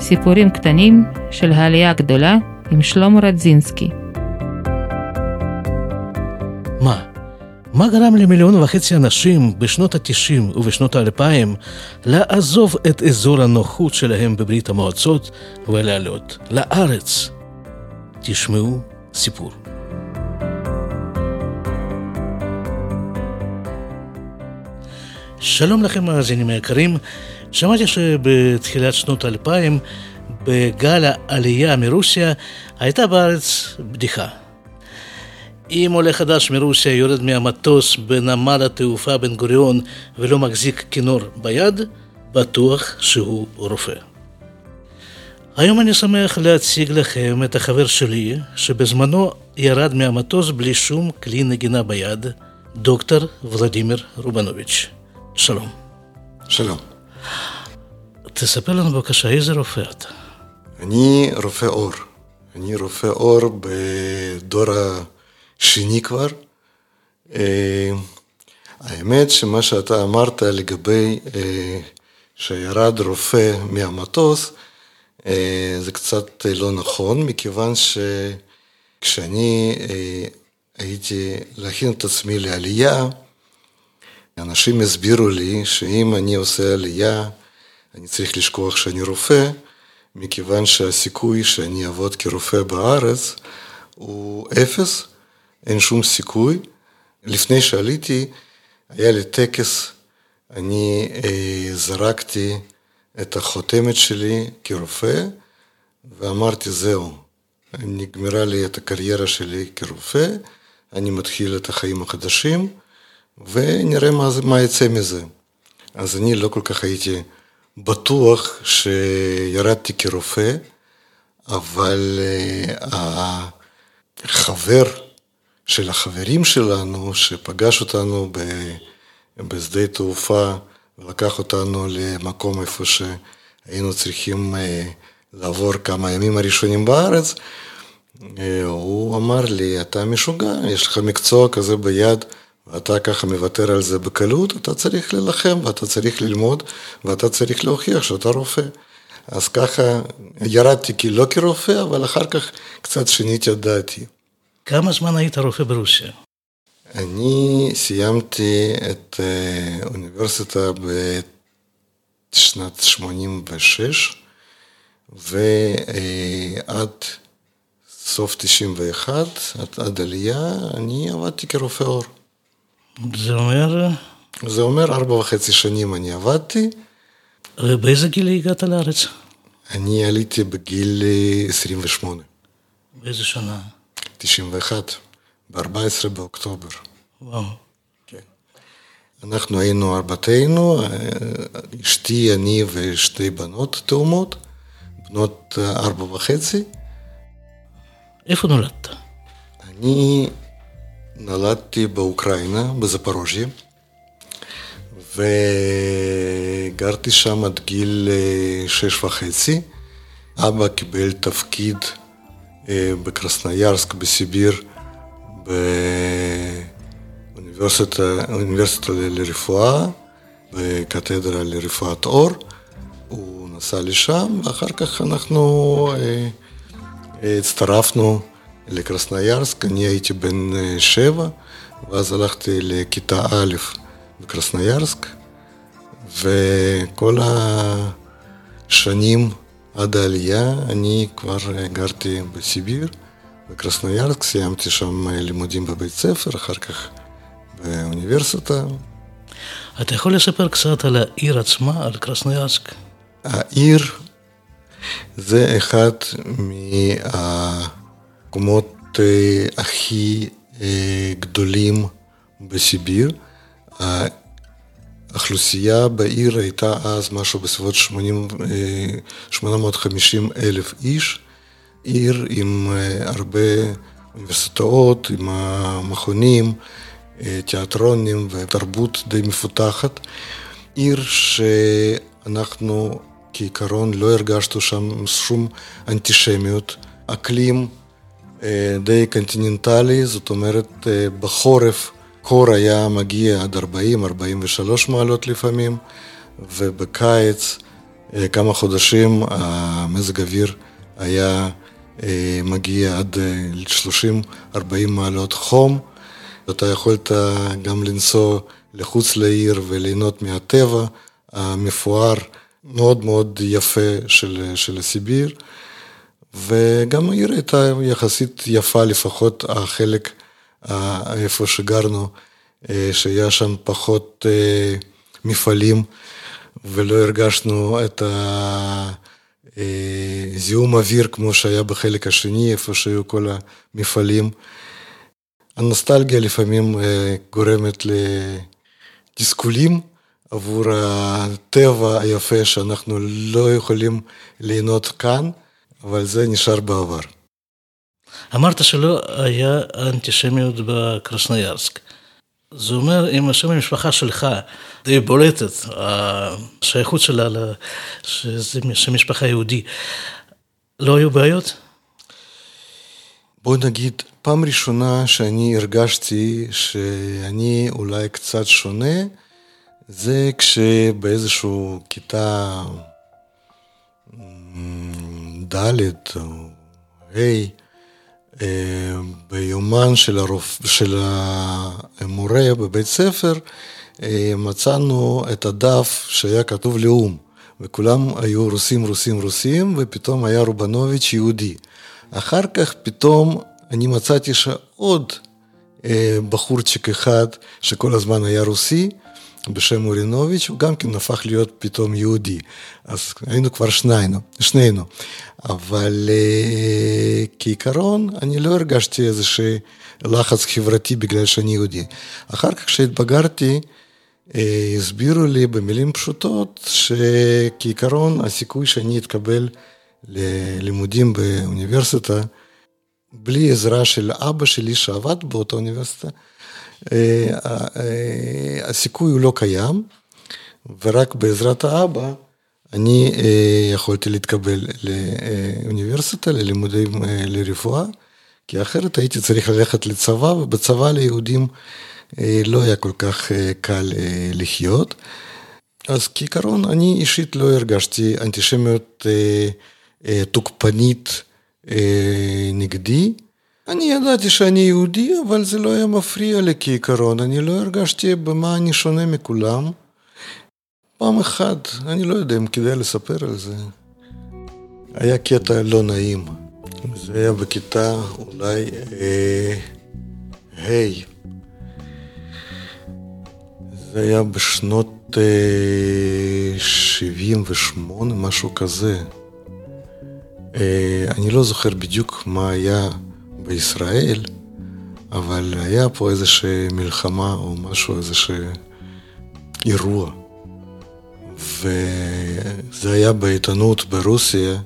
סיפורים קטנים של העלייה הגדולה עם שלמה רדזינסקי. מה גרם ל1.5 מיליון אנשים בשנות ה-90 ובשנות ה-2000 לעזוב את אזור הנוחות שלהם בברית המועצות ולעלות לארץ? תשמעו סיפור. שלום לכם מאזינים היקרים. שמעתי שבתחילת שנות 2000 בגל העלייה מרוסיה הייתה בארץ בדיחה. אם עולה חדש מרוסיה יורד מהמטוס בנמל התעופה בן גוריון ולא מחזיק כינור ביד, בטוח שהוא רופא. היום אני שמח להציג לכם את החבר שלי שבזמנו ירד מהמטוס בלי שום כלי נגינה ביד, דוקטור ולדימיר רובנוביץ'. שלום. שלום. תספר לנו בבקשה, איזה רופא אתה? אני רופא אור. אני רופא אור בדור השני כבר. האמת שמה שאתה אמרת לגבי שירד רופא מהמטוס, זה קצת לא נכון, מכיוון שכשאני הייתי להכין את עצמי לעלייה, אנשים הסבירו לי שאם אני עושה עלייה, אני צריך לשכוח שאני רופא, מכיוון שהסיכוי שאני אעבוד כרופא בארץ הוא 0, אין שום סיכוי. לפני שעליתי, היה לי טקס, אני זרקתי את החותמת שלי כרופא, ואמרתי זהו, נגמרה לי את הקריירה שלי כרופא, אני מתחיל את החיים החדשים, ונראה מה יצא מזה. אז אני לא כל כך הייתי בטוח שירדתי כרופא, אבל החבר של החברים שלנו, שפגש אותנו בשדה תעופה, ולקח אותנו למקום איפה שהיינו צריכים לעבור כמה ימים הראשונים בארץ, הוא אמר לי, אתה משוגע, יש לך מקצוע כזה ביד, ואתה ככה מוותר על זה בקלות, אתה צריך ללחם, ואתה צריך ללמוד, ואתה צריך להוכיח שאתה רופא. אז ככה ירדתי לא כרופא, אבל אחר כך קצת שיניתי את דעתי. כמה זמן היית רופא ברוסיה? אני סיימתי את האוניברסיטה בשנת 86, ועד סוף 91, עד עלייה, אני עבדתי כרופא אור. זה אומר? זה אומר 4.5 שנים אני עבדתי. ובאיזה גיל הגעת לארץ? אני עליתי בגיל 28. באיזה שנה? 91, ב-14 באוקטובר. וואו. כן. אנחנו היינו ארבעתנו, אשתי, אני ושתי בנות תאומות, בנות 4.5. איפה נולדת? אני נולדתי באוקראינה, בזפורוז'יה, וגרתי שם עד גיל 6.5. אבא קיבל תפקיד בקרסנויארסק בסיביר, באוניברסיטה לרפואה, בקתדרה לרפואת אור. הוא נסע לשם, ואחר כך אנחנו הצטרפנו לקרסנויארסק. אני הייתי בן 7, ואז הלכתי לכיתה א' בקרסנויארסק, וכל השנים עד העלייה אני כבר גרתי בסיביר, בקרסנויארסק, סיימתי שם לימודים בבית ספר, אחר כך באוניברסיטה. אתה יכול לספר קצת על העיר עצמה, על קרסנויארסק? העיר זה אחד מהמקומות הכי גדולים בסיביר. האוכלוסייה בעיר הייתה אז משהו בסביבות 850,000 איש. עיר עם הרבה אוניברסיטאות, עם מכונים, תיאטרונים ותרבות די מפותחת. עיר שאנחנו כעיקרון לא הרגשנו שם שום אנטישמיות. אקלים די קונטיננטלי, זאת אומרת בחורף קור היה מגיע עד 40-43 מעלות לפעמים, ובקיץ כמה חודשים המזג האוויר היה מגיע עד 30-40 מעלות חום. אתה יכולת גם לנסוע לחוץ לעיר וליהנות מהטבע המפואר, מאוד מאוד יפה של סיביר, וגם העיר הייתה יחסית יפה, לפחות החלק איפה שגרנו, שהיה שם פחות מפעלים, ולא הרגשנו את זיהום אוויר כמו שהיה בחלק השני, איפה שהיו כל המפעלים. הנוסטלגיה לפעמים גורמת לתסכולים עבור הטבע היפה שאנחנו לא יכולים ליהנות כאן, אבל זה נשאר בעבר. אמרת שלא היה אנטישמיות בקרסנויארסק. זה אומר, אם השם המשפחה שלך די בולטת, השייכות שלה שזה שם משפחה יהודי, לא היו בעיות? בוא נגיד, פעם ראשונה שאני הרגשתי שאני אולי קצת שונה, זה כשבאיזשהו כיתה ד' או ה', ביומן של המורה בבית ספר, מצאנו את הדף שהיה כתוב לאום, וכולם היו רוסים, ופתאום היה רובנוביץ' יהודי. אחר כך פתאום אני מצאתי שעוד בחורצ'יק אחד שכל הזמן היה רוסי, בשם מורינוביץ', הוא גם כן הפך להיות פתאום יהודי. אז היינו כבר שנינו. אבל כעיקרון אני לא הרגשתי איזשהו לחץ חברתי בגלל שאני יהודי. אחר כך כשהתבגרתי, הסבירו לי במילים פשוטות שכעיקרון הסיכוי שאני אתקבל ללימודים באוניברסיטה, בלי עזרה של אבא שלי שעבד באותה אוניברסיטה, הסיכוי הוא לא קיים, ורק בעזרת האבא אני יכולתי להתקבל לאוניברסיטה, ללימודים לרפואה, כי אחרת הייתי צריך ללכת לצבא, ובצבא ליהודים לא היה כל כך קל לחיות. אז כעיקרון אני אישית לא הרגשתי אנטישמיות תוקפנית נגדי. אני ידעתי שאני יהודי, אבל זה לא היה מפריע לי כעיקרון. אני לא הרגשתי במה אני שונה מכולם. פעם אחת, אני לא יודע אם כדאי לספר על זה. היה קטע לא נעים. זה היה בכיתה אולי היי. זה היה בשנות 78, משהו כזה. אני לא זוכר בדיוק מה היה בישראל, אבל היה פה איזושהי מלחמה או משהו, איזשהו אירוע. וזה היה בעיתונות ברוסיה,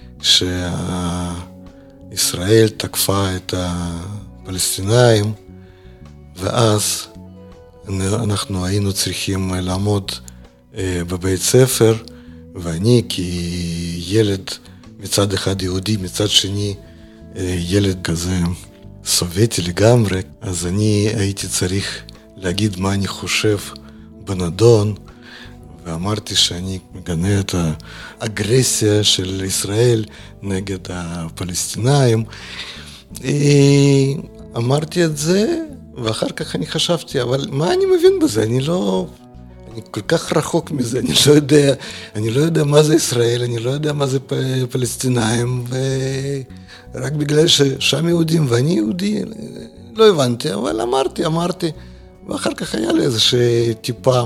שישראל תקפה את הפלסטינאים, ואז אנחנו היינו צריכים לעמוד בבית ספר, ואני כילד מצד אחד יהודי, מצד שני ילד כזה סובייטי לגמרי, אז אני הייתי צריך להגיד מה אני חושב בנדון, ואמרתי שאני מגנה את האגרסיה של ישראל נגד הפלסטינאים. אמרתי את זה, ואחר כך אני חשבתי, אבל מה אני מבין בזה? אני כל כך רחוק מזה, אני לא יודע מה זה ישראל, אני לא יודע מה זה פלסטינאים, ורק בגלל ששם יהודים ואני יהודי, לא הבנתי, אבל אמרתי, ואחר כך היה לי איזושהי טיפה,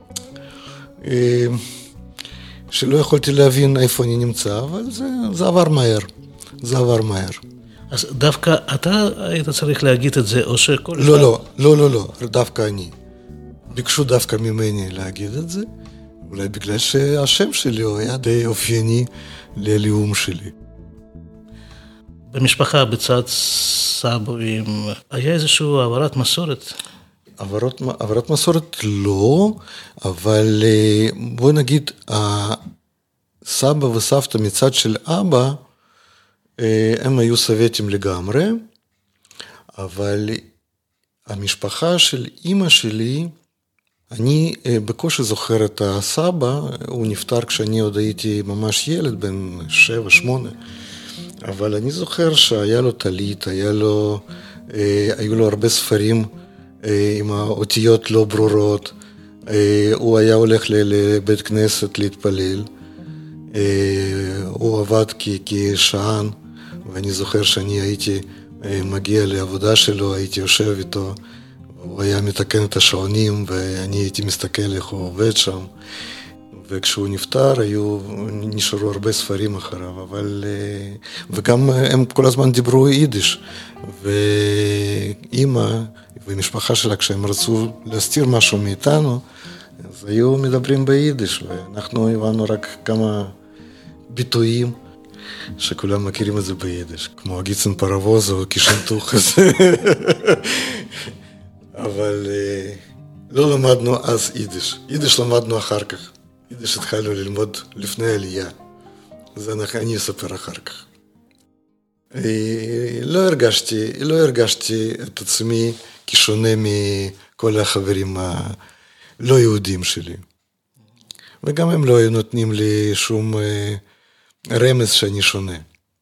שלא יכולתי להבין איפה אני נמצא, אבל זה עבר מהר. אז דווקא אתה היית צריך להגיד את זה, או שכל... לא, דווקא אני. ביקשו דווקא ממני להגיד את זה, אולי בגלל שהשם שלי הוא היה די אופייני ללאום שלי. במשפחה, בצד סבים, היה איזושהי העברת מסורת? העברת מסורת לא, אבל בוא נגיד, הסבא וסבתא מצד של אבא, הם היו סובייטים לגמרי, אבל המשפחה של אמא שלי אני בקושי זוכר את הסבא, הוא נפטר כשאני עוד הייתי ממש ילד, בן 7-8, אבל אני זוכר שהיה לו טלית, היו לו הרבה ספרים עם האותיות לא ברורות, הוא היה הולך לבית כנסת להתפלל, הוא עבד כשען, ואני זוכר שאני הייתי מגיע לעבודה שלו, הייתי יושב איתו, הוא היה מתקן את השעונים ואני הייתי מסתכל איך הוא עובד שם, וכשהוא נפטר נשארו הרבה ספרים אחריו, וגם הם כל הזמן דיברו יידיש, ואמא ומשפחה שלה כשהם רצו להסתיר משהו מאיתנו, אז היו מדברים ביידיש, ואנחנו הבנו רק כמה ביטויים שכולם מכירים את זה ביידיש, כמו גיצן פרבוז או קישנטוך הזה. אבל לא למדנו אז יידיש. יידיש למדנו אחר כך. יידיש התחלנו ללמוד לפני העלייה. זה אני אספר אחר כך. לא הרגשתי את עצמי כשונה מכל החברים הלא יהודים שלי. וגם הם לא היו נותנים לי שום רמז שאני שונה.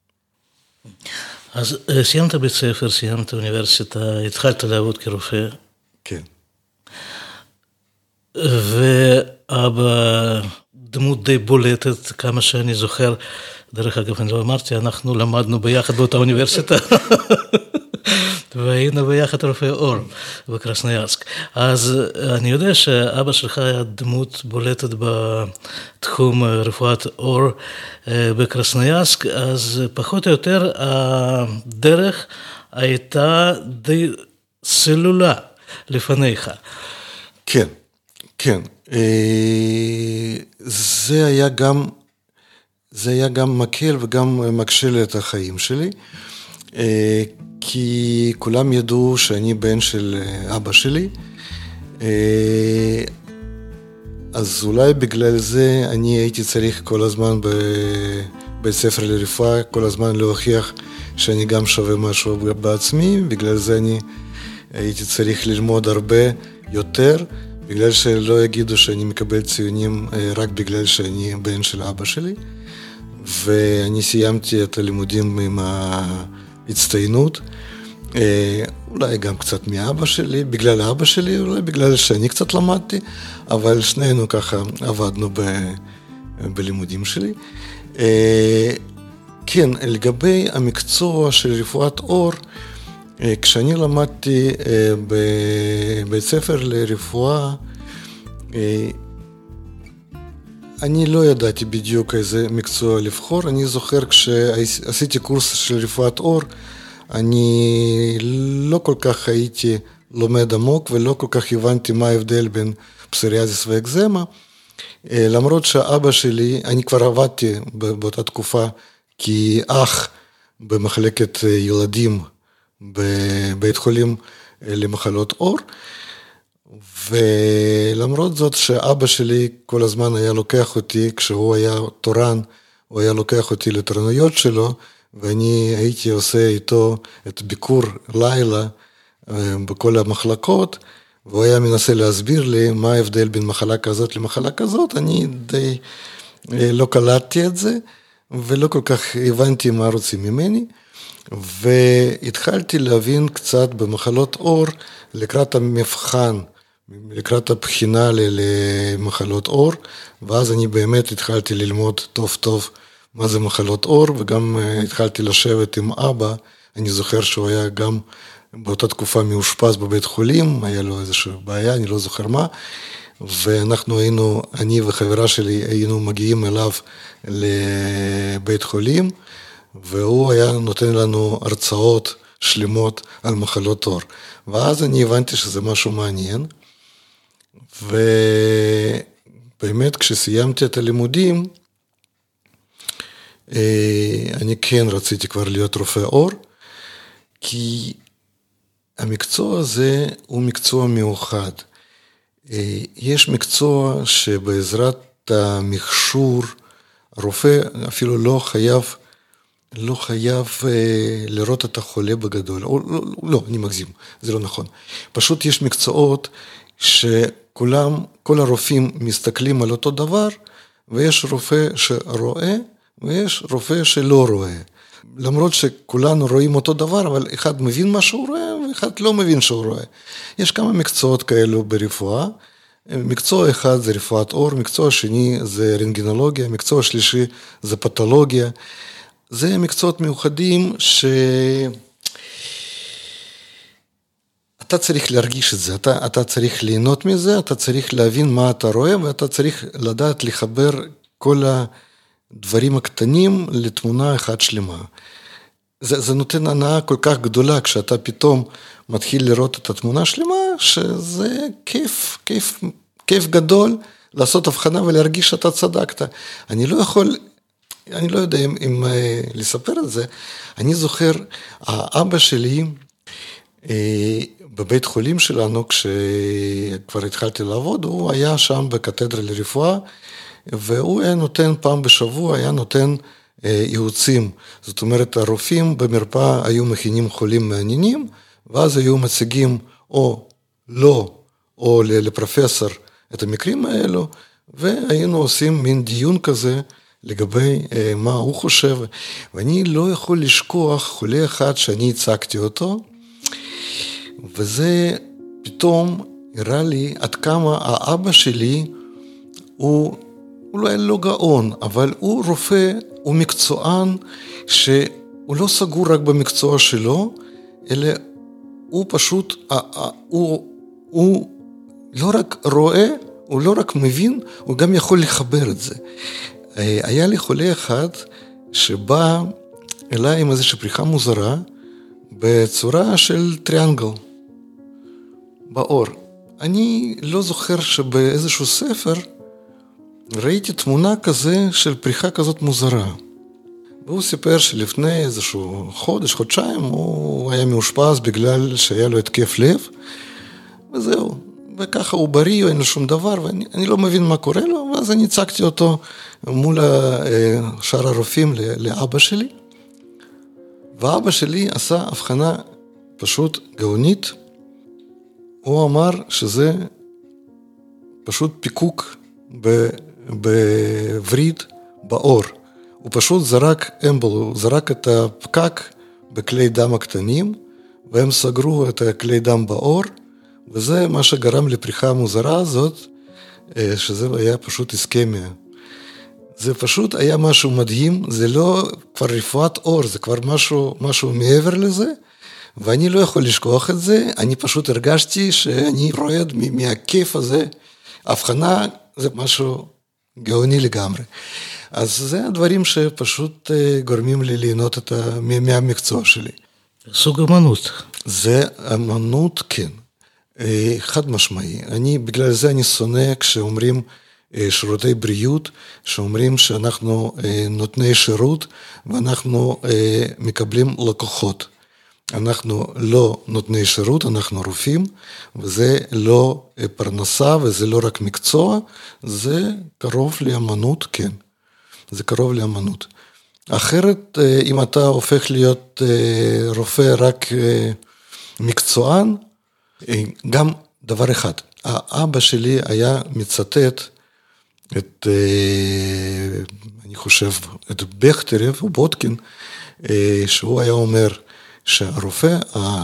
אז סיימת בית ספר, סיימת אוניברסיטה, התחלת לעבוד כרופא. כן. ואבא דמות די בולטת, כמה שאני זוכר, דרך אגב, אני לא אמרתי, אנחנו למדנו ביחד באותה אוניברסיטה, והיינו ביחד רופא אור בקרסניירסק. אז אני יודע שאבא שלך היה דמות בולטת בתחום רפואת אור בקרסניירסק, אז פחות או יותר הדרך הייתה די סלולה לפניך. כן, כן. זה היה גם מקל וגם מקשה את החיים שלי, כי כולם ידעו שאני בן של אבא שלי, אז אולי בגלל זה אני הייתי צריך כל הזמן בבית ספר לרפואה, כל הזמן להוכיח שאני גם שווה משהו בעצמי, בגלל זה אני הייתי צריך ללמוד הרבה יותר, בגלל שלא יגידו שאני מקבל ציונים רק בגלל שאני בן של אבא שלי, ואני סיימתי את הלימודים עם ההצטיינות, אולי גם קצת מאבא שלי, בגלל האבא שלי, אולי בגלל שאני קצת למדתי, אבל שנינו ככה עבדנו בלימודים שלי. כן, לגבי המקצוע של רפואת אור, כשאני למדתי בבית ספר לרפואה, אני לא ידעתי בדיוק איזה מקצוע לבחור. אני זוכר כשעשיתי קורס של רפואת אור, אני לא כל כך הייתי לומד עמוק ולא כל כך הבנתי מה ההבדל בין פסוריאזיס ואקזמה, למרות שאבא שלי, אני כבר עבדתי באותה תקופה כאח במחלקת ילדים בבית חולים למחלות עור, ולמרות זאת שאבא שלי כל הזמן היה לוקח אותי, כשהוא היה תורן, הוא היה לוקח אותי לתורנויות שלו, ואני הייתי עושה איתו את ביקור לילה בכל המחלקות, והוא היה מנסה להסביר לי מה ההבדל בין מחלה כזאת למחלה כזאת. אני די לא קלטתי את זה, ולא כל כך הבנתי מה רוצים ממני, והתחלתי להבין קצת במחלות עור לקראת המבחן, לקראת הבחינה למחלות עור, ואז אני באמת התחלתי ללמוד טוב טוב מה זה מחלות עור, וגם התחלתי לשבת עם אבא. אני זוכר שהוא היה גם באותה תקופה מאושפז בבית חולים, היה לו איזושהי בעיה, אני לא זוכר מה, ואנחנו היינו, אני וחברה שלי היינו מגיעים אליו לבית חולים, והוא היה נותן לנו הרצאות שלמות על מחלות עור. ואז אני הבנתי שזה משהו מעניין, ובאמת כשסיימתי את הלימודים, אני כן רציתי כבר להיות רופא עור, כי המקצוע הזה הוא מקצוע מיוחד. יש מקצוע שבעזרת המכשור, הרופא אפילו לא חייב לראות את החולה בגדול. לא, אני מגזים, זה לא נכון. פשוט יש מקצועות כל הרופאים מסתכלים על אותו דבר, ויש רופא שרואה, ויש רופא שלא רואה. למרות שכולנו רואים אותו דבר, אבל אחד מבין מה שהוא רואה, ואחד לא מבין שהוא רואה. יש כמה מקצועות כאלו ברפואה, מקצוע אחד זה רפואת אור, מקצוע שני זה רנטגנולוגיה, מקצוע שלישי זה פתולוגיה. זה מקצועות מיוחדים אתה צריך להרגיש את זה, אתה צריך ליהנות מזה, אתה צריך להבין מה אתה רואה, ואתה צריך לדעת לחבר כל הדברים הקטנים לתמונה אחת שלמה. זה נותן הנאה כל כך גדולה, כשאתה פתאום מתחיל לראות את התמונה שלמה, שזה כיף גדול לעשות הבחנה ולהרגיש שאתה צדקת. אני לא יודע אם לספר את זה, אני זוכר, האבא שלי, בבית חולים שלנו, כשכבר התחלתי לעבוד, הוא היה שם בקתדרה לרפואה, והוא היה נותן פעם בשבוע, היה נותן ייעוצים. זאת אומרת, הרופאים במרפאה היו מכינים חולים מעניינים, ואז היו מציגים או לא, או לפרופסור את המקרים האלו, והיינו עושים מין דיון כזה, לגבי מה הוא חושב, ואני לא יכול לשכוח חולה אחד שאני הצגתי אותו, וזה פתאום הראה לי עד כמה האבא שלי הוא אולי לא גאון, אבל הוא רופא, הוא מקצוען שהוא לא סגור רק במקצוע שלו, אלא הוא פשוט, הוא לא רק רואה, הוא לא רק מבין, הוא גם יכול לחבר את זה. היה לי חולה אחד שבא אליי עם איזושהי פריחה מוזרה בצורה של טריאנגל באור. אני לא זוכר שבאיזשהו ספר ראיתי תמונה כזה של פריחה כזאת מוזרה. והוא סיפר שלפני איזשהו חודשיים הוא היה מאושפז בגלל שהיה לו התקף לב, וזהו. וככה הוא בריא, אין לו שום דבר, ואני לא מבין מה קורה לו, ואז אני הצגתי אותו מול שאר הרופאים לאבא שלי, ואבא שלי עשה הבחנה פשוט גאונית, הוא אמר שזה פשוט פיקוק בווריד באור, הוא פשוט זרק אמבול, הוא זרק את הפקק בכלי דם הקטנים, והם סגרו את הכלי דם באור, וזה מה שגרם לפריחה המוזרה הזאת, שזה היה פשוט איסקמיה. זה פשוט היה משהו מדהים, זה לא כבר רפואת אור, זה כבר משהו מעבר לזה, ואני לא יכול לשכוח את זה, אני פשוט הרגשתי שאני רועד מהכיף הזה, הבחנה זה משהו גאוני לגמרי. אז זה הדברים שפשוט גורמים לי ליהנות מהמקצוע שלי. סוג אמנות. זה אמנות, כן. חד משמעי. בגלל זה אני שונא כשאומרים שירותי בריאות, שאומרים שאנחנו נותני שירות ואנחנו מקבלים לקוחות. אנחנו לא נותני שירות, אנחנו רופאים, וזה לא פרנסה וזה לא רק מקצוע, זה קרוב לאמנות, כן. זה קרוב לאמנות. אחרת, אם אתה הופך להיות רופא רק מקצוען, גם דבר אחד, האבא שלי היה מצטט אני חושב, את בכטר ובוטקין, שהוא היה אומר שהרופא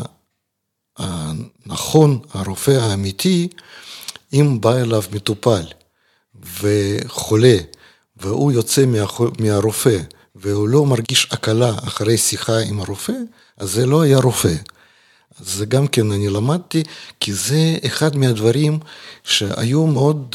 הנכון, הרופא האמיתי, אם בא אליו מטופל וחולה, והוא יוצא מהרופא, והוא לא מרגיש הקלה אחרי שיחה עם הרופא, אז זה לא היה רופא. אז זה גם כן אני למדתי, כי זה אחד מהדברים שהיו מאוד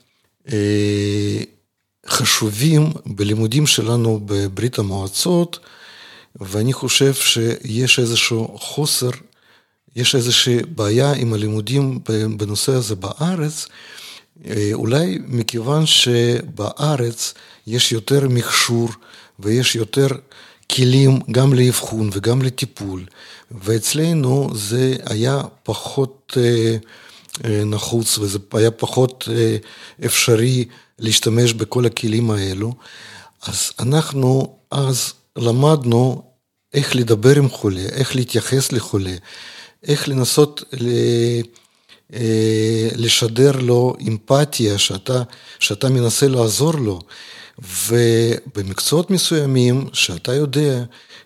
חשובים בלימודים שלנו בברית המועצות, ואני חושב שיש איזשהו חוסר, יש איזושהי בעיה עם הלימודים בנושא הזה בארץ, אולי מכיוון שבארץ יש יותר מכשור ויש יותר כלים גם לאבחון וגם לטיפול, ואצלנו זה היה פחות נחוץ וזה היה פחות אפשרי להשתמש בכל הכלים האלו, אז אנחנו אז למדנו איך לדבר עם חולה, איך להתייחס לחולה, איך לנסות לשדר לו אמפתיה, שאתה מנסה לעזור לו, ובמקצועות מסוימים שאתה יודע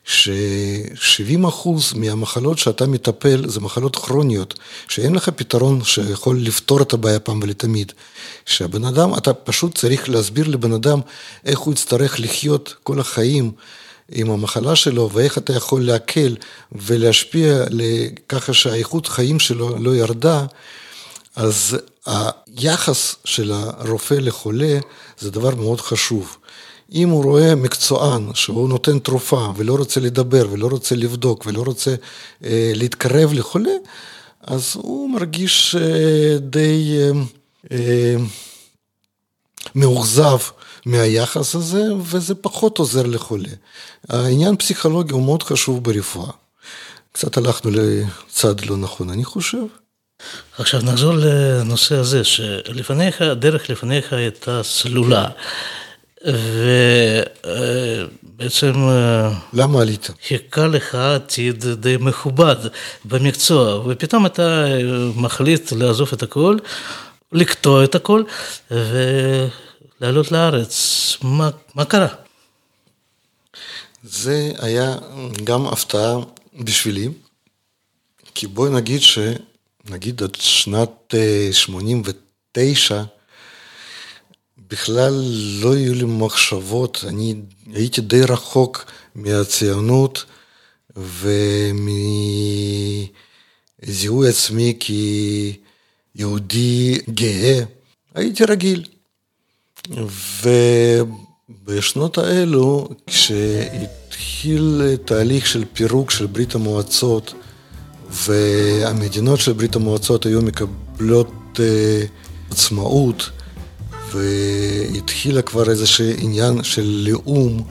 ש70% מהמחלות שאתה מטפל זה מחלות כרוניות, שאין לך פתרון שיכול לפתור את הבעיה פעם ולתמיד, שהבן אדם, אתה פשוט צריך להסביר לבן אדם איך הוא יצטרך לחיות כל החיים עם המחלה שלו, ואיך אתה יכול להקל ולהשפיע ככה שהאיכות חיים שלו לא ירדה. אז היחס של הרופא לחולה זה דבר מאוד חשוב. אם הוא רואה מקצוען שהוא נותן תרופה ולא רוצה לדבר ולא רוצה לבדוק ולא רוצה להתקרב לחולה, אז הוא מרגיש די מאוכזב מהיחס הזה, וזה פחות עוזר לחולה. העניין פסיכולוגי הוא מאוד חשוב ברפואה. קצת הלכנו לצד לא נכון, אני חושב. עכשיו נחזור לנושא הזה, שלפניך, הדרך לפניך הייתה סלולה, ובעצם למה עלית? חיכה לך עתיד די מכובד במקצוע, ופתאום אתה מחליט לעזוב את הכל, לקטוע את הכל, ולעלות לארץ. מה קרה? זה היה גם הפתעה בשבילי, כי בואי נגיד עד שנת 89, בכלל לא היו לי מחשבות, אני הייתי די רחוק מהציונות ומזיהוי עצמי כיהודי גאה, הייתי רגיל. ובשנות האלו, כשהתחיל תהליך של פירוק של ברית המועצות, והמדינות של ברית המועצות היו מקבלות עצמאות, והתחילה כבר איזשהו עניין של לאום,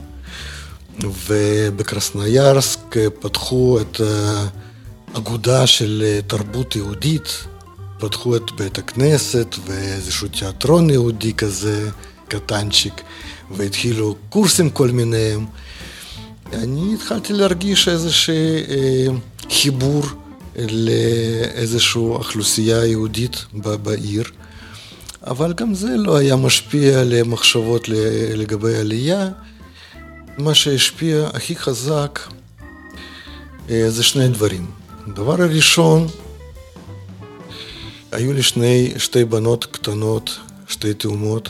ובקרסניירסק פתחו את האגודה של תרבות יהודית, פתחו את בית הכנסת ואיזשהו תיאטרון יהודי כזה קטנצ'יק, והתחילו קורסים כל מיניהם. אני התחלתי להרגיש איזשהו חיבור לאיזושהי אוכלוסייה יהודית בעיר, אבל גם זה לא היה משפיע על מחשבות לגבי עלייה. מה שהשפיע הכי חזק זה שני דברים. הדבר הראשון, היו לי שתי בנות קטנות, שתי תאומות,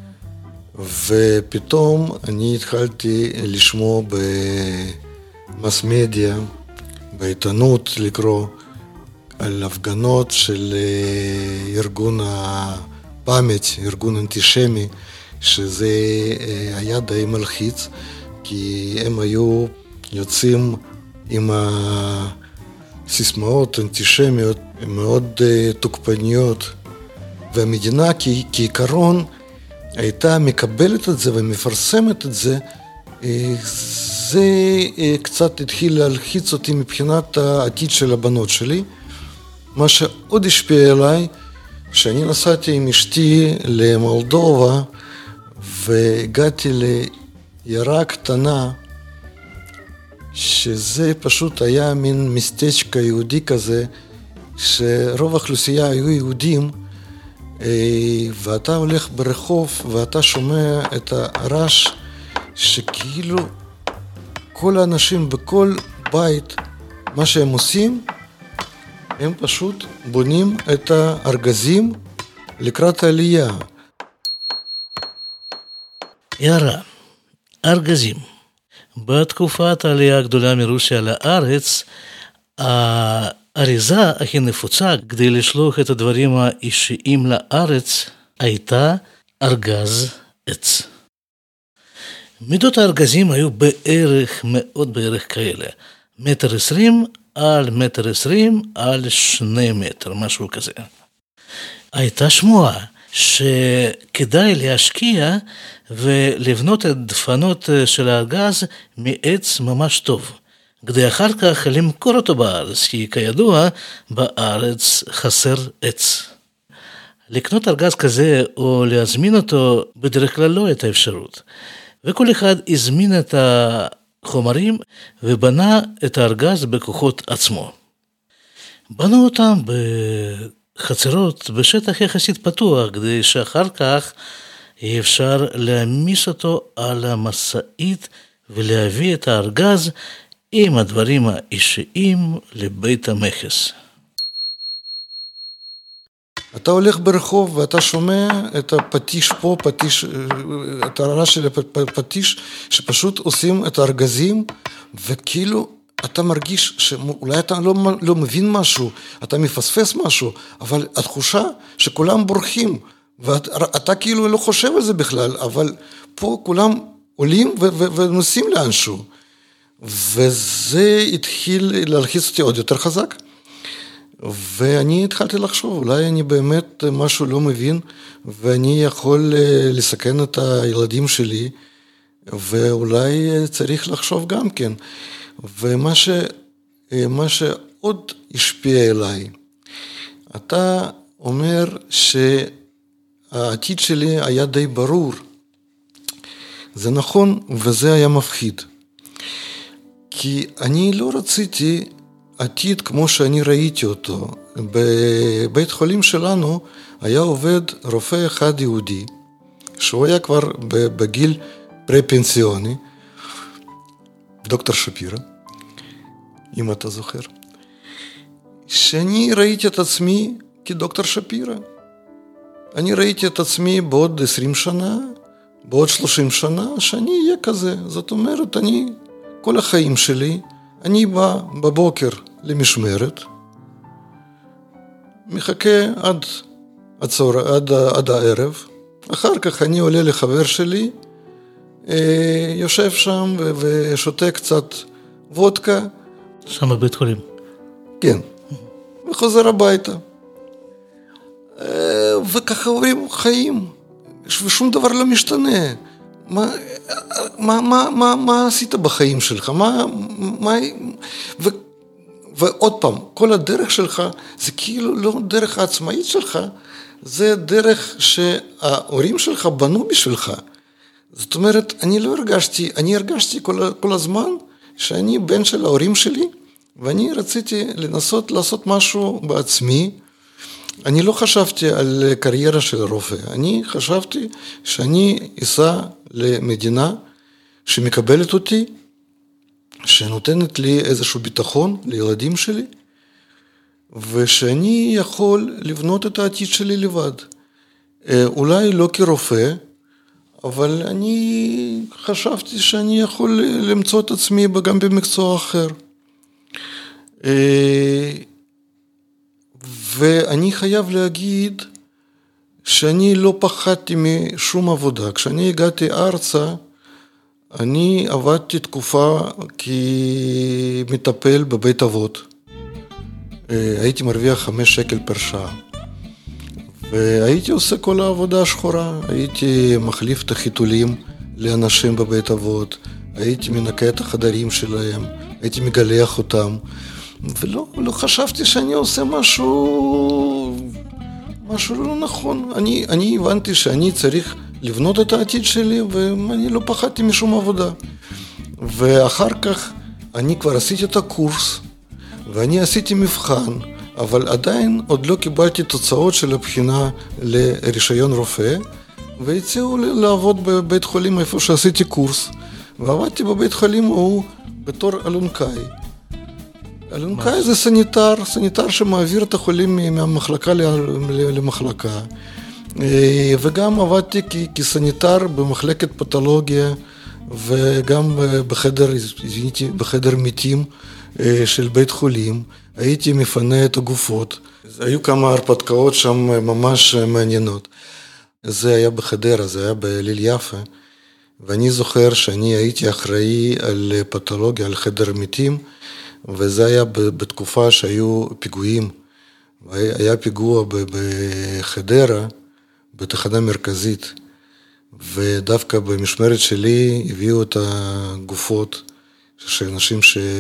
ופתאום אני התחלתי לשמוע במס מדיה, בעיתונות לקרוא על הפגנות של ארגון הפאמט, ארגון אנטישמי, שזה היה די מלחיץ, כי הם היו יוצאים עם הסיסמאות אנטישמיות מאוד תוקפניות, והמדינה כעיקרון הייתה מקבלת את זה ומפרסמת את זה. זה קצת התחיל להלחיץ אותי מבחינת העתיד של הבנות שלי. מה שעוד השפיע עליי, שאני נסעתי עם אשתי למולדובה, והגעתי לעיירה קטנה, שזה פשוט היה מין מסטצ'קה יהודי כזה, שרוב האוכלוסייה היו יהודים, ואתה הולך ברחוב ואתה שומע את הרעש, שכאילו כל האנשים בכל בית, מה שהם עושים, הם פשוט בונים את הארגזים לקראת העלייה. ירה, ארגזים. בתקופת העלייה הגדולה מרוסיה לארץ, האריזה הכי נפוצה כדי לשלוח את הדברים האישיים לארץ הייתה ארגז עץ. מידות הארגזים היו בערך כאלה, 1.20 על 1.20 על 2 מטר, משהו כזה. הייתה שמועה שכדאי להשקיע ולבנות את דפנות של הארגז מעץ ממש טוב, כדי אחר כך למכור אותו בארץ, כי כידוע בארץ חסר עץ. לקנות ארגז כזה או להזמין אותו בדרך כלל לא הייתה אפשרות, וכל אחד הזמין את החומרים ובנה את הארגז בכוחות עצמו. בנו אותם חצרות בשטח יחסית פתוח, כדי שאחר כך יהיה אפשר להעמיס אותו על המשאית ולהביא את הארגז עם הדברים האישיים לבית המכס. אתה הולך ברחוב ואתה שומע את הפטיש פה, את הרעש של הפטיש, שפשוט עושים את הארגזים, וכאילו אתה מרגיש שאולי אתה לא מבין משהו, אתה מפספס משהו, אבל התחושה שכולם בורחים, ואתה כאילו לא חושב על זה בכלל, אבל פה כולם עולים ונוסעים לאנשהו, וזה התחיל להלחיץ אותי עוד יותר חזק, ואני התחלתי לחשוב, אולי אני באמת משהו לא מבין, ואני יכול לסכן את הילדים שלי, ואולי צריך לחשוב גם כן. ומה שעוד השפיע אליי, אתה אומר שהעתיד שלי היה די ברור. זה נכון, וזה היה מפחיד. כי אני לא רציתי עתיד כמו שאני ראיתי אותו. בבית חולים שלנו היה עובד רופא אחד יהודי, שהוא היה כבר בגיל פרה-פנסיוני, דוקטור שפירא, אם אתה זוכר, שאני ראיתי את עצמי כדוקטור שפירא. אני ראיתי את עצמי בעוד 20 שנה, בעוד 30 שנה, שאני אהיה כזה. זאת אומרת, אני, כל החיים שלי, אני בא בבוקר למשמרת, מחכה עד הערב, אחר כך אני עולה לחבר שלי, יושב שם ושותה קצת וודקה. שם בבית חולים. כן, וחוזר הביתה. וככה עוברים חיים, ושום דבר לא משתנה. מה עשית בחיים שלך? ועוד פעם, כל הדרך שלך, זה כאילו לא דרך העצמאית שלך, זה דרך שההורים שלך בנו בשבילך. זאת אומרת, אני הרגשתי כל הזמן שאני בן של ההורים שלי, ואני רציתי לנסות לעשות משהו בעצמי. אני לא חשבתי על קריירה של רופא, אני חשבתי שאני אסע למדינה שמקבלת אותי, שנותנת לי איזשהו ביטחון לילדים שלי, ושאני יכול לבנות את העתיד שלי לבד. אולי לא כרופא, אבל אני חשבתי שאני יכול למצוא את עצמי גם במקצוע אחר. ואני חייב להגיד שאני לא פחדתי משום עבודה. כשאני הגעתי ארצה, אני עבדתי תקופה כמטפל בבית אבות. הייתי מרוויח 5 שקל פר שעה. והייתי עושה כל העבודה השחורה. הייתי מחליף את החיתולים לאנשים בבית אבות. הייתי מנקה את החדרים שלהם. הייתי מגלח אותם. ולא חשבתי שאני עושה משהו לא נכון. אני הבנתי שאני צריך לבנות את העתיד שלי, ואני לא פחדתי משום עבודה. ואחר כך אני כבר עשיתי את הקורס, ואני עשיתי מבחן, אבל עדיין עוד לא קיבלתי תוצאות של הבחינה לרישיון רופא, והציעו לי לעבוד בבית חולים איפה שעשיתי קורס, ועבדתי בבית חולים הוא בתור אלונקאי. אלונקאי זה סניטר שמעביר את החולים מהמחלקה למחלקה, וגם עבדתי כסניטר במחלקת פתולוגיה, וגם בחדר מתים של בית חולים, הייתי מפנה את הגופות. היו כמה הרפתקאות שם ממש מעניינות. זה היה בחדרה, זה היה בליל יפה, ואני זוכר שאני הייתי אחראי על פתולוגיה, על חדר מתים, וזה היה בתקופה שהיו פיגועים. היה פיגוע בחדרה, בתחנה מרכזית, ודווקא במשמרת שלי הביאו את הגופות של אנשים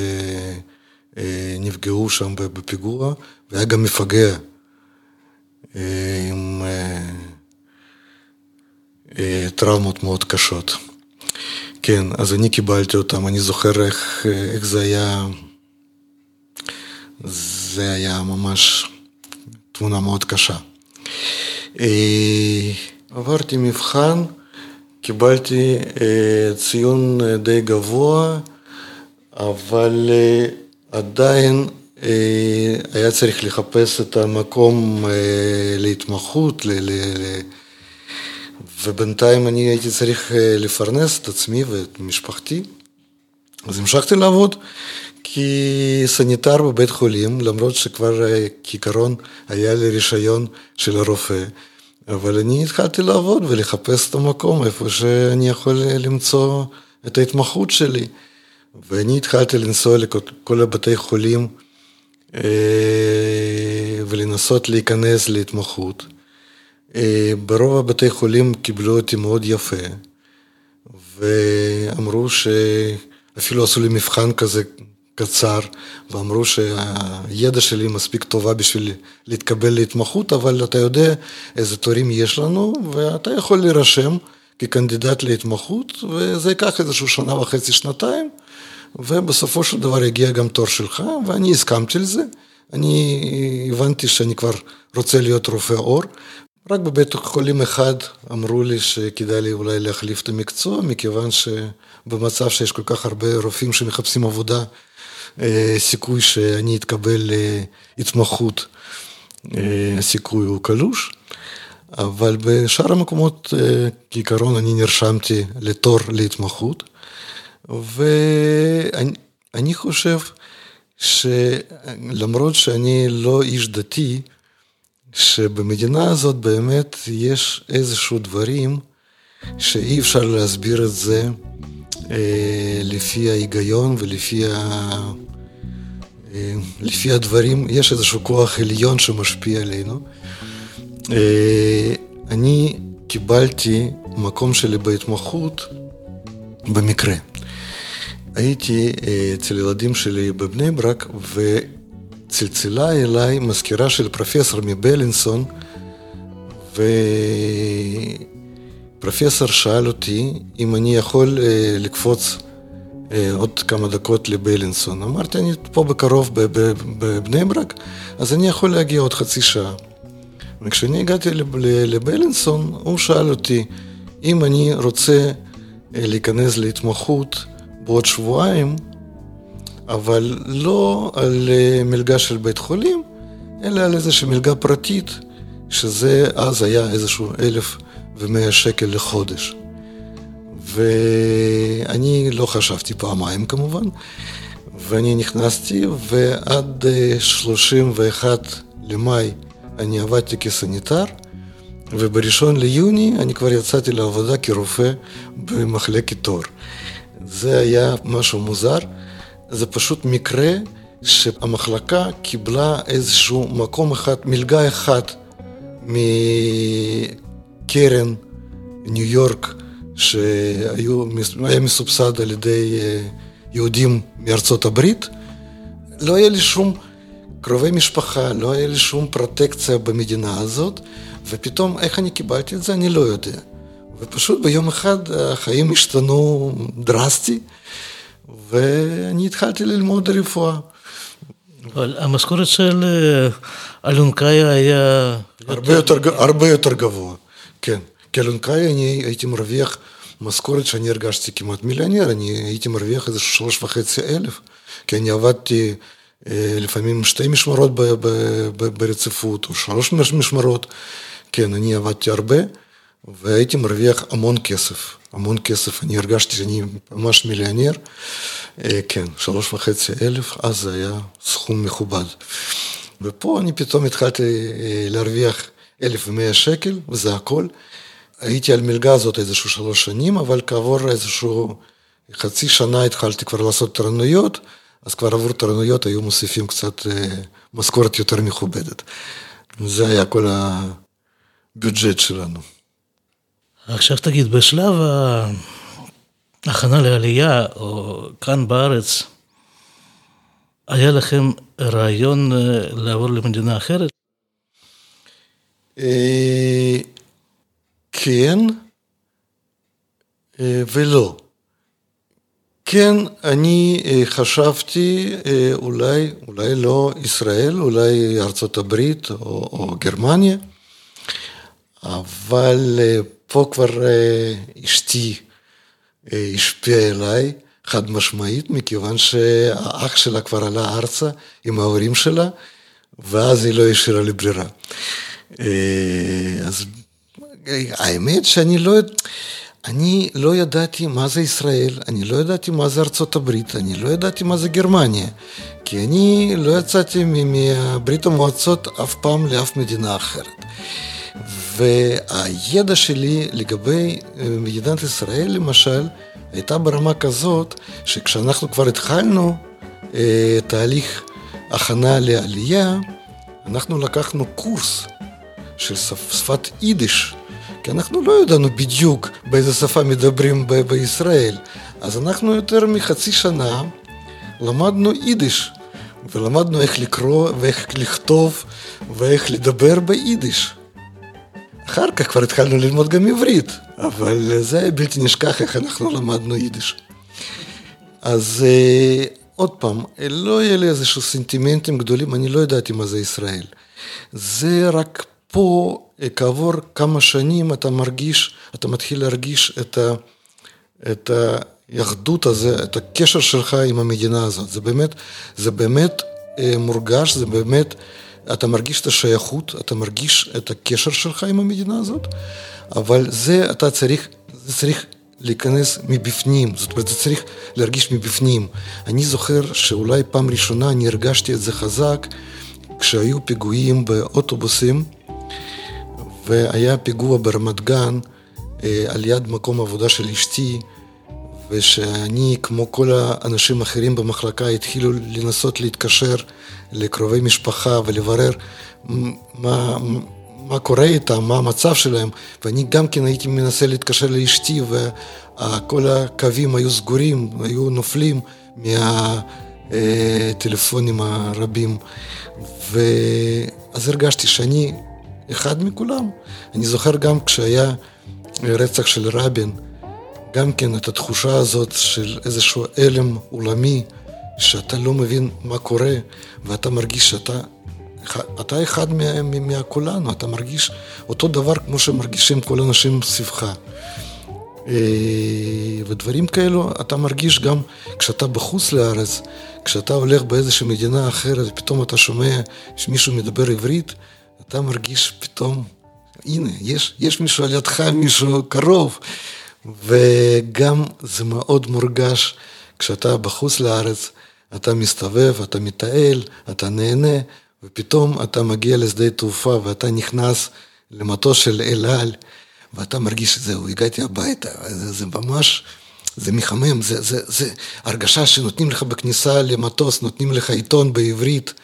שנפגעו שם בפיגוע, והיה גם מפגע עם טראומות מאוד קשות. כן, אז אני קיבלתי אותם, אני זוכר איך זה היה ממש תמונה מאוד קשה. עברתי מבחן, קיבלתי ציון די גבוה, אבל עדיין היה צריך לחפש את המקום להתמחות, ובינתיים אני הייתי צריך לפרנס את עצמי ואת משפחתי, אז המשכתי לעבוד כסניטר בבית חולים, למרות שכבר כעיקרון היה לי רישיון של הרופא, אבל אני התחלתי לעבוד ולחפש את המקום איפה שאני יכול למצוא את ההתמחות שלי, ואני התחלתי לנסוע לכל הבתי חולים ולנסות להיכנס להתמחות. ברוב הבתי חולים קיבלו אותי מאוד יפה, ואמרו שאפילו עשו לי מבחן כזה קצר, ואמרו שהידע שלי מספיק טובה בשביל להתקבל להתמחות, אבל אתה יודע איזה תורים יש לנו, ואתה יכול להירשם כקנדידט להתמחות, וזה ייקח איזשהו שנה וחצי, שנתיים, ובסופו של דבר יגיע גם תור שלך, ואני הסכמתי לזה. אני הבנתי שאני כבר רוצה להיות רופא עור, רק בבית חולים אחד אמרו לי שכדאי לי אולי להחליף את המקצוע, מכיוון שבמצב שיש כל כך הרבה רופאים שמחפשים עבודה, סיכוי שאני אתקבל להתמחות, הסיכוי הוא קלוש, אבל בשאר המקומות כעיקרון אני נרשמתי לתור להתמחות, ואני חושב שלמרות שאני לא איש דתי, שבמדינה הזאת באמת יש איזשהו דברים שאי אפשר להסביר את זה לפי ההיגיון לפי הדברים, יש איזשהו כוח עליון שמשפיע עלינו. אני קיבלתי מקום שלי בהתמחות במקרה. הייתי אצל ילדים שלי בבני ברק, וצלצלה אליי מזכירה של פרופסור מבלינסון, ופרופסור שאל אותי אם אני יכול לקפוץ עוד כמה דקות לבלינסון. אמרתי, אני פה בקרוב בבני ברק, אז אני יכול להגיע עוד חצי שעה. וכשאני הגעתי לבלינסון, הוא שאל אותי אם אני רוצה להיכנס להתמחות בעוד שבועיים, אבל לא על מלגה של בית חולים, אלא על איזושהי מלגה פרטית, שזה אז היה איזשהו 1,100 שקל לחודש. ואני לא חשבתי פעמיים כמובן, ואני נכנסתי, ועד 31 למאי אני עבדתי כסניטר, ובראשון ליוני אני כבר יצאתי לעבודה כרופא במחלקת תור. זה היה משהו מוזר, זה פשוט מקרה שהמחלקה קיבלה איזשהו מקום אחד, מלגה אחת מקרן ניו יורק, שהיה מסובסד על ידי יהודים מארצות הברית. לא היה לי שום קרובי משפחה, לא היה לי שום פרוטקציה במדינה הזאת, ופתאום איך אני קיבלתי את זה אני לא יודע. ופשוט ביום אחד החיים השתנו דרסטי, ואני התחלתי ללמוד רפואה. אבל המשכורת של אלונקאי היה הרבה יותר גבוה, כן. כאלונקאי אני הייתי מרוויח משכורת שאני הרגשתי כמעט מיליונר, אני הייתי מרוויח איזה 3,500, כי אני עבדתי לפעמים 2 משמרות ברציפות, או 3 משמרות, כן, אני עבדתי הרבה, והייתי מרוויח המון כסף, אני הרגשתי שאני ממש מיליונר, כן, 3,500, אז זה היה סכום מכובד. ופה אני פתאום התחלתי להרוויח 1,100 שקל, וזה הכל. הייתי על מלגה הזאת איזשהו 3 שנים, אבל כעבור איזשהו חצי שנה התחלתי כבר לעשות תורנויות, אז כבר עבור תורנויות היו מוסיפים קצת משכורת יותר מכובדת. זה היה כל הביודג'ט שלנו. עכשיו תגיד, בשלב ההכנה לעלייה, או כאן בארץ, היה לכם רעיון לעבור למדינה אחרת? כן ולא. כן, אני חשבתי אולי לא ישראל, אולי ארצות הברית או גרמניה, אבל פה כבר אשתי השפיעה אליי חד משמעית, מכיוון שהאח שלה כבר עלה ארצה עם ההורים שלה, ואז היא לא השאירה לי ברירה. אז האמת שאני לא ידעתי מה זה ישראל, אני לא ידעתי מה זה ארצות הברית, אני לא ידעתי מה זה גרמניה, כי אני לא יצאתי מברית המועצות אף פעם לאף מדינה אחרת. והידע שלי לגבי מדינת ישראל למשל, הייתה ברמה כזאת, שכשאנחנו כבר התחלנו תהליך הכנה לעלייה, אנחנו לקחנו קורס של שפת יידיש, כי אנחנו לא ידענו בדיוק באיזה שפה מדברים בישראל. אז אנחנו יותר מחצי שנה למדנו יידיש, ולמדנו איך לקרוא ואיך לכתוב ואיך לדבר ביידיש. אחר כך כבר התחלנו ללמוד גם עברית, אבל זה היה בלתי נשכח איך אנחנו למדנו יידיש. אז עוד פעם, לא יהיה לי איזשהו סנטימנטים גדולים, אני לא ידעתי מה זה ישראל. זה רק פה, כעבור כמה שנים אתה מתחיל להרגיש את היחדות הזה, את הקשר שלך עם המדינה הזאת. זה באמת מורגש, זה באמת, אתה מרגיש את השייכות, אתה מרגיש את הקשר שלך עם המדינה הזאת, אבל זה צריך להיכנס מבפנים, זאת אומרת, זה צריך להרגיש מבפנים. אני זוכר שאולי פעם ראשונה אני הרגשתי את זה חזק, כשהיו פיגועים באוטובוסים, והיה פיגוע ברמת גן, על יד מקום עבודה של אשתי, ושאני, כמו כל האנשים האחרים במחלקה, התחילו לנסות להתקשר לקרובי משפחה ולברר מה קורה איתם, מה המצב שלהם, ואני גם כן הייתי מנסה להתקשר לאשתי, וכל הקווים היו סגורים, היו נופלים מהטלפונים הרבים, ואז הרגשתי שאני אחד מכולם. אני זוכר גם כשהיה רצח של רבין, גם כן את התחושה הזאת של איזשהו אלם עולמי, שאתה לא מבין מה קורה, ואתה מרגיש שאתה אחד מהכולנו, אתה מרגיש אותו דבר כמו שמרגישים כל אנשים סביבך. ודברים כאלו אתה מרגיש גם כשאתה בחוץ לארץ, כשאתה הולך באיזושהי מדינה אחרת, ופתאום אתה שומע שמישהו מדבר עברית, אתה מרגיש פתאום, הנה, יש מישהו על ידך, מישהו קרוב. וגם זה מאוד מורגש כשאתה בחוץ לארץ, אתה מסתובב, אתה מטייל, אתה נהנה, ופתאום אתה מגיע לשדה תעופה ואתה נכנס למטוס של אל על, ואתה מרגיש שזהו, הגעתי הביתה. זה ממש, זה מחמם, זה הרגשה שנותנים לך בכניסה למטוס, נותנים לך עיתון בעברית,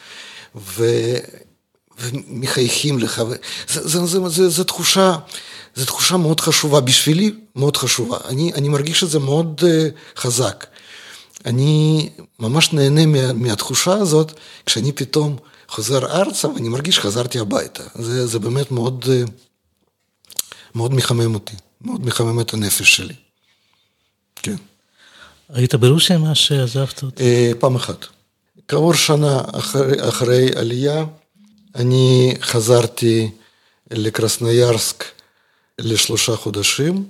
ומחייכים לך. זו תחושה מאוד חשובה, בשבילי מאוד חשובה. אני מרגיש שזה מאוד חזק. אני ממש נהנה מהתחושה הזאת, כשאני פתאום חוזר ארצה, ואני מרגיש שחזרתי הביתה. זה באמת מאוד, מאוד מחמם אותי, מאוד מחמם את הנפש שלי. כן. היית ברוסיה מה שעזבת אותי? פעם אחת. כעבור שנה אחרי עלייה, אני חזרתי לקרסנויארסק ל3 חודשים.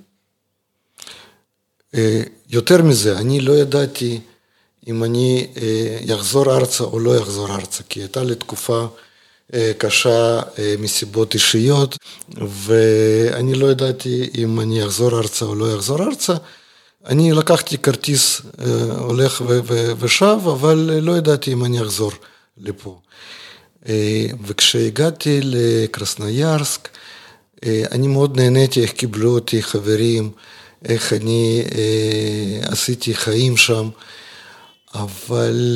יותר מזה, אני לא ידעתי אם אני יחזור ארצה או לא יחזור ארצה, כי הייתה לי תקופה קשה מסיבות אישיות, ואני לא ידעתי אם אני יחזור ארצה או לא יחזור ארצה. אני לקחתי כרטיס הולך ושב, אבל לא ידעתי אם אני אחזור לפה. וכשהגעתי לקרסנויארסק, אני מאוד נהניתי איך קיבלו אותי חברים, איך אני עשיתי חיים שם, אבל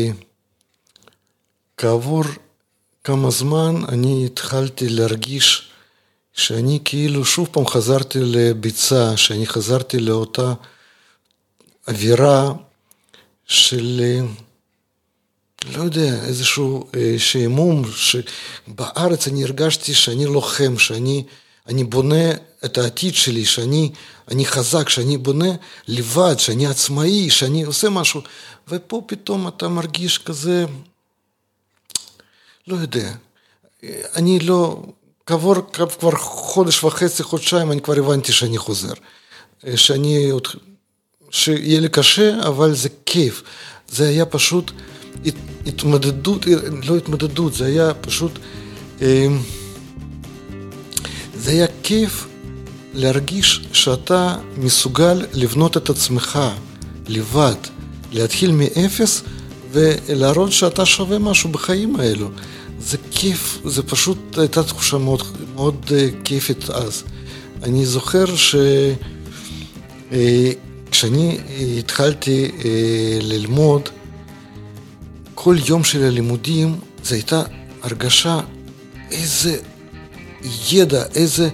כעבור כמה זמן אני התחלתי להרגיש שאני כאילו שוב פעם חזרתי לביצה, שאני חזרתי לאותה אווירה של, לא יודע, איזשהו שעמום, שבארץ אני הרגשתי שאני לוחם, שאני אני בונה את העתיד שלי, שאני חזק, שאני בונה לבד, שאני עצמאי, שאני עושה משהו. ופה פתאום אתה מרגיש כזה, לא יודע, אני לא, כבר חודש וחצי, חודשיים, אני כבר הבנתי שאני חוזר. שיהיה לי קשה, אבל זה כיף. זה היה פשוט התמודדות, לא התמודדות, זה היה פשוט, זה היה כיף להרגיש שאתה מסוגל לבנות את עצמך לבד, להתחיל מאפס ולהראות שאתה שווה משהו בחיים האלו. זה כיף, זה פשוט הייתה תחושה מאוד, מאוד כיפית אז. אני זוכר כשאני התחלתי ללמוד, כל יום של הלימודים זה הייתה הרגשה איזה ידע, איזה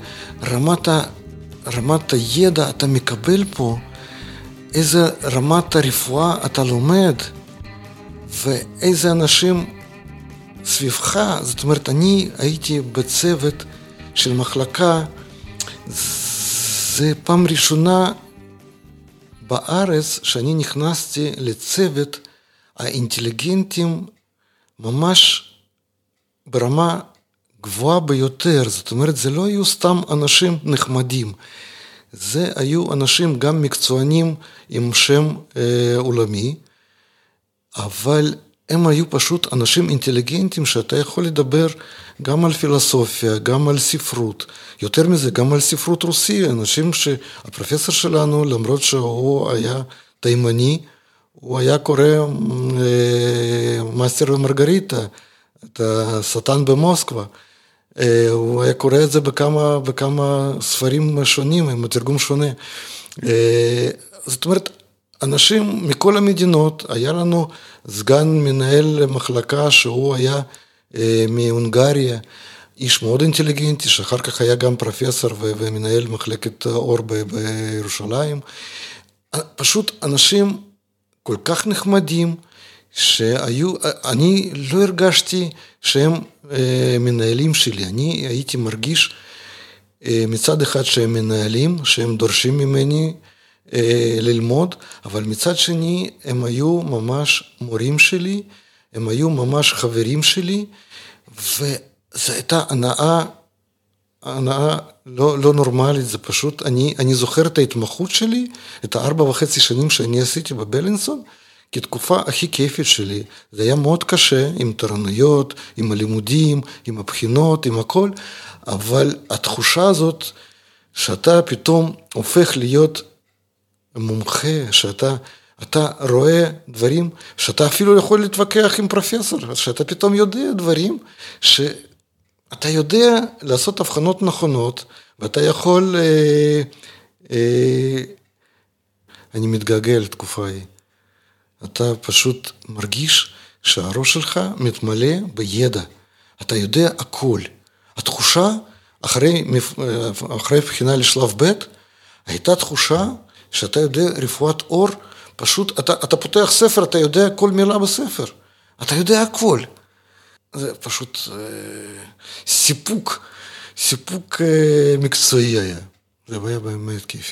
רמת הידע אתה מקבל פה, איזה רמת הרפואה אתה לומד, ואיזה אנשים סביבך. זאת אומרת, אני הייתי בצוות של מחלקה, זה פעם ראשונה בארץ שאני נכנסתי לצוות האינטליגנטים ממש ברמה גבוהה ביותר. זאת אומרת, זה לא היו סתם אנשים נחמדים, זה היו אנשים גם מקצוענים עם שם עולמי, אבל הם היו פשוט אנשים אינטליגנטים שאתה יכול לדבר גם על פילוסופיה, גם על ספרות, יותר מזה גם על ספרות רוסי. אנשים שהפרופסור שלנו, למרות שהוא היה תימני, הוא היה קורא מאסטר ומרגריטה, את השטן במוסקבה. הוא היה קורא את זה בכמה ספרים שונים, עם תרגום שונה. זאת אומרת, אנשים מכל המדינות. היה לנו סגן מנהל מחלקה שהוא היה מהונגריה, איש מאוד אינטליגנטי, שאחר כך היה גם פרופסור ומנהל מחלקת אור בירושלים. פשוט אנשים כל כך נחמדים, אני לא הרגשתי שהם מנהלים שלי. אני הייתי מרגיש מצד אחד שהם מנהלים, שהם דורשים ממני ללמוד, אבל מצד שני הם היו ממש מורים שלי, הם היו ממש חברים שלי, וזו הייתה הנאה לא נורמלית. זה פשוט, אני זוכר את ההתמחות שלי, את 4.5 שנים שאני עשיתי בבלינסון, כתקופה הכי כיפית שלי. זה היה מאוד קשה, עם תורנויות, עם הלימודים, עם הבחינות, עם הכל, אבל התחושה הזאת, שאתה פתאום הופך להיות מומחה, שאתה רואה דברים, שאתה אפילו יכול להתווכח עם פרופסור, שאתה פתאום יודע דברים, שאתה יודע לעשות הבחנות נכונות, ואתה יכול, אני מתגעגע לתקופה ההיא. אתה פשוט מרגיש שהראש שלך מתמלא בידע. אתה יודע הכל. התחושה, אחרי בחינה לשלב ב', הייתה תחושה שאתה יודע רפואת אור, פשוט אתה פותח ספר, אתה יודע כל מילה בספר. אתה יודע הכל. זה פשוט סיפוק מקצועי היה. זה היה באמת כיפי.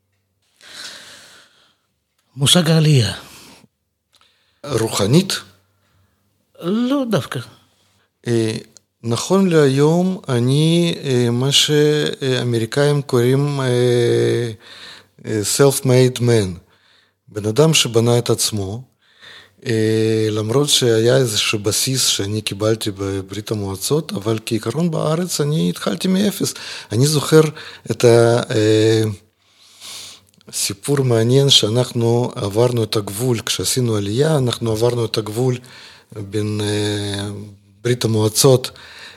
מושג העלייה. רוחנית? לא דווקא. נכון להיום, אני, מה שאמריקאים קוראים self-made man, בן אדם שבנה את עצמו, למרות שהיה איזשהו בסיס שאני קיבלתי בברית המועצות, אבל כעיקרון בארץ אני התחלתי מאפס. אני זוכר את סיפור מעניין שאנחנו עברנו את הגבול, כשעשינו עלייה, אנחנו עברנו את הגבול בין ברית המועצות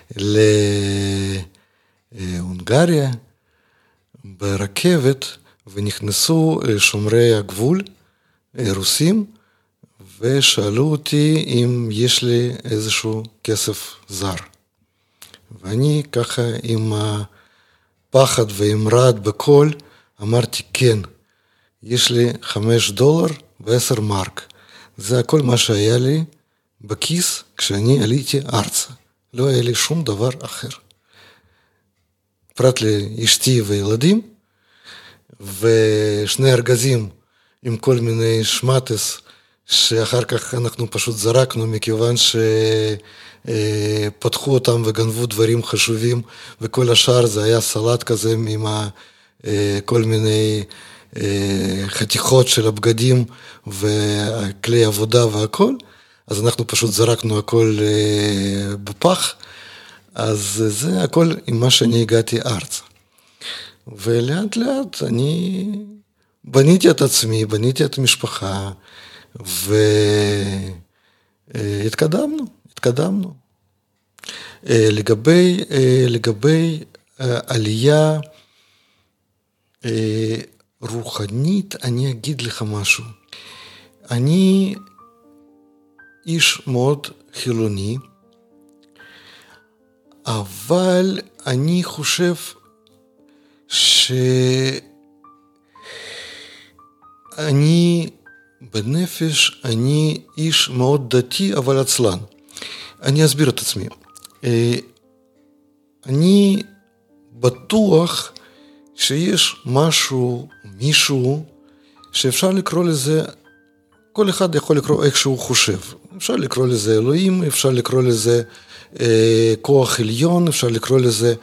להונגריה ברכבת, ונכנסו שומרי הגבול רוסים, ושאלו אותי אם יש לי איזשהו כסף זר. ואני ככה עם הפחד ועם רעד בקול אמרתי כן, יש לי $5 ו10 מרק. זה הכל מה שהיה לי בכיס כשאני עליתי ארצה. לא היה לי שום דבר אחר. פרט לאשתי וילדים, ושני ארגזים עם כל מיני שמטס, שאחר כך אנחנו פשוט זרקנו, מכיוון שפתחו אותם וגנבו דברים חשובים, וכל השאר זה היה סלט כזה עם כל מיני חתיכות של הבגדים וכלי עבודה והכל, אז אנחנו פשוט זרקנו הכל בפח, אז זה הכל עם מה שאני הגעתי ארצה. ולאט לאט אני בניתי את עצמי, בניתי את המשפחה, התקדמנו. לגבי עלייה רוחנית, אני אגיד לך משהו. אני איש מאוד חילוני, אבל אני חושב שאני בנפש, אני איש מאוד דתי, אבל עצלן. אני אסביר את עצמי. אני בטוח שיש מישהו, שאפשר לקרוא לזה, כל אחד יכול לקרוא איך שהוא חושב. אפשר לקרוא לזה אלוהים, אפשר לקרוא לזה כוח עליון, אפשר לקרוא לזה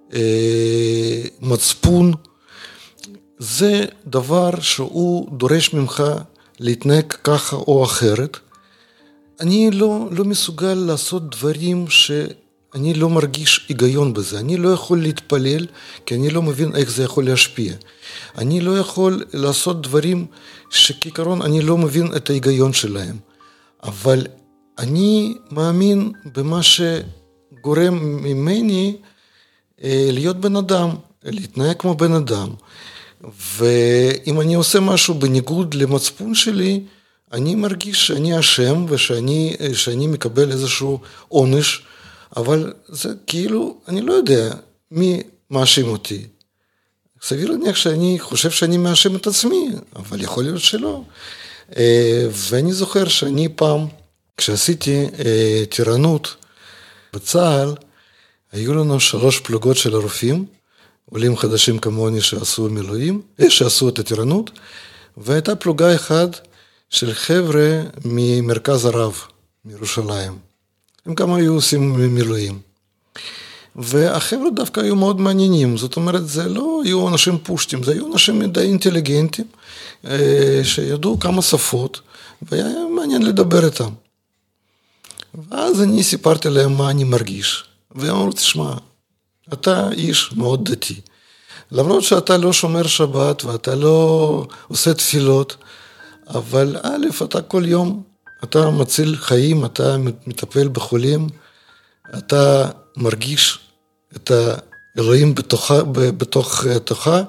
מצפון. זה דבר שהוא דורש ממך להתנהג ככה או אחרת. אני לא מסוגל לעשות דברים שאני לא מרגיש היגיון בזה. אני לא יכול להתפלל, כי אני לא מבין איך זה יכול להשפיע. אני לא יכול לעשות דברים שכעיקרון אני לא מבין את ההיגיון שלהם. אבל אני מאמין במה שגורם ממני להיות בן אדם, להתנהג כמו בן אדם. ואם אני עושה משהו בניגוד למצפון שלי, אני מרגיש שאני אשם ושאני מקבל איזשהו עונש, אבל זה כאילו, אני לא יודע מי מאשים אותי. סביר להניח שאני חושב שאני מאשים את עצמי, אבל יכול להיות שלא. ואני זוכר שאני פעם, כשעשיתי טירנות בצה"ל, היו לנו 3 פלוגות של הרופאים, עולים חדשים כמוני שעשו מילואים, שעשו את הטירנות, והייתה פלוגה אחת של חבר'ה ממרכז הרב, מירושלים. הם גם היו עושים מילואים. והחבר'ה דווקא היו מאוד מעניינים, זאת אומרת, זה לא היו אנשים פושטים, זה היו אנשים די אינטליגנטים, שידעו כמה שפות, והיה מעניין לדבר איתם. ואז אני סיפרתי להם מה אני מרגיש, והם אמרו, תשמע, אתה איש מאוד דתי. למרות שאתה לא שומר שבת ואתה לא עושה תפילות, אבל א', אתה כל יום, אתה מציל חיים, אתה מטפל בחולים, אתה מרגיש את האלוהים בתוכה,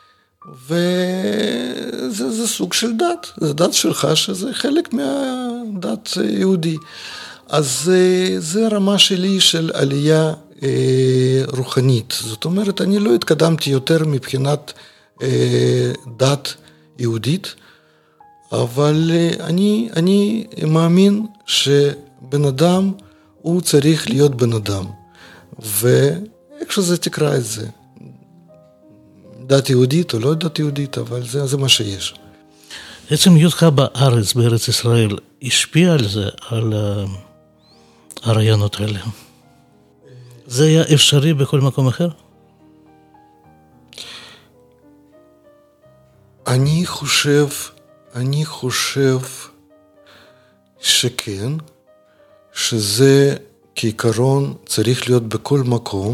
וזה סוג של דת, זה דת שלך, שזה חלק מהדת יהודי. אז זה רמה שלי של עלייה רוחנית. זאת אומרת, אני לא התקדמתי יותר מבחינת דת יהודית, אבל אני מאמין שבן אדם הוא צריך להיות בן אדם. ואיך שזה תקרא את זה. דת יהודית או לא דת יהודית, אבל זה מה שיש. עצם היותך בארץ, בארץ ישראל, השפיע על זה, על הרעיונות האלה. זה היה אפשרי בכל מקום אחר? אני חושב שכן, שזה כעיקרון צריך להיות בכל מקום,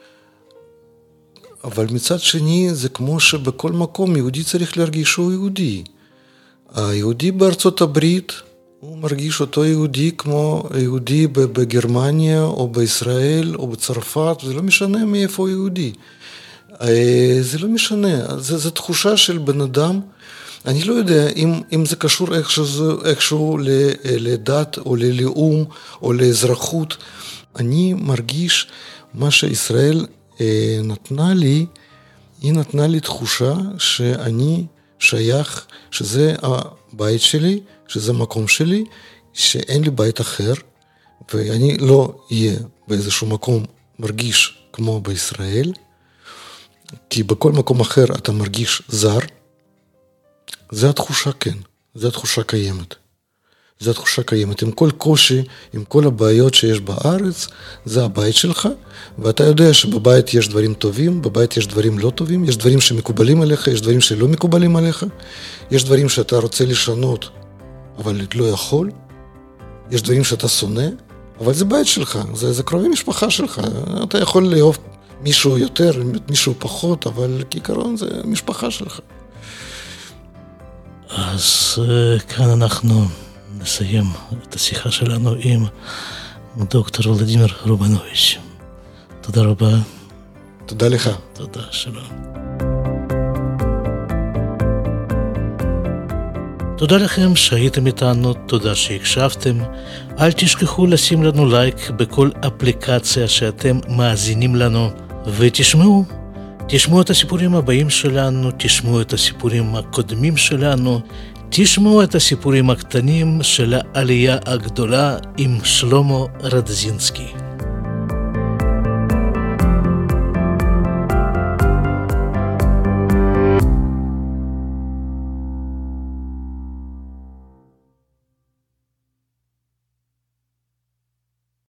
אבל מצד שני זה כמו שבכל מקום יהודי צריך להרגיש שהוא יהודי. היהודי בארצות הברית הוא מרגיש אותו יהודי כמו יהודי בגרמניה או בישראל או בצרפת, זה לא משנה מאיפה הוא יהודי. זה לא משנה, זה תחושה של בן אדם. אני לא יודע אם זה קשור איכשהו לדת או ללאום או לאזרחות. אני מרגיש מה שישראל נתנה לי, היא נתנה לי תחושה שאני שייך, שזה הבית שלי, שזה מקום שלי, שאין לי בית אחר, ואני לא אהיה באיזשהו מקום מרגיש כמו בישראל, כי בכל מקום אחר אתה מרגיש זר, זה התחושה, כן, זה התחושה קיימת. זה התחושה קיימת. עם כל קושי, עם כל הבעיות שיש בארץ, זה הבית שלך, ואתה יודע שבבית יש דברים טובים, בבית יש דברים לא טובים, יש דברים שמקובלים עליך, יש דברים שלא מקובלים עליך, יש דברים שאתה רוצה לשנות, אבל לא יכול, יש דברים שאתה שונא, אבל זה בית שלך, זה קרובי משפחה שלך, אתה יכול לאהוב מישהו יותר, מישהו פחות, אבל כעיקרון זה משפחה שלך. אז כאן אנחנו נסיים את השיחה שלנו עם דוקטור ולדימיר רובינוביץ'. תודה רבה. תודה לך. תודה, שלום. תודה לכם שהייתם איתנו, תודה שהקשבתם. אל תשכחו לשים לנו לייק בכל אפליקציה שאתם מאזינים לנו, ותשמעו את הסיפורים הבאים שלנו, תשמעו את הסיפורים הקודמים שלנו, תשמעו את הסיפורים הקטנים של העלייה הגדולה עם שלמה רדזינסקי.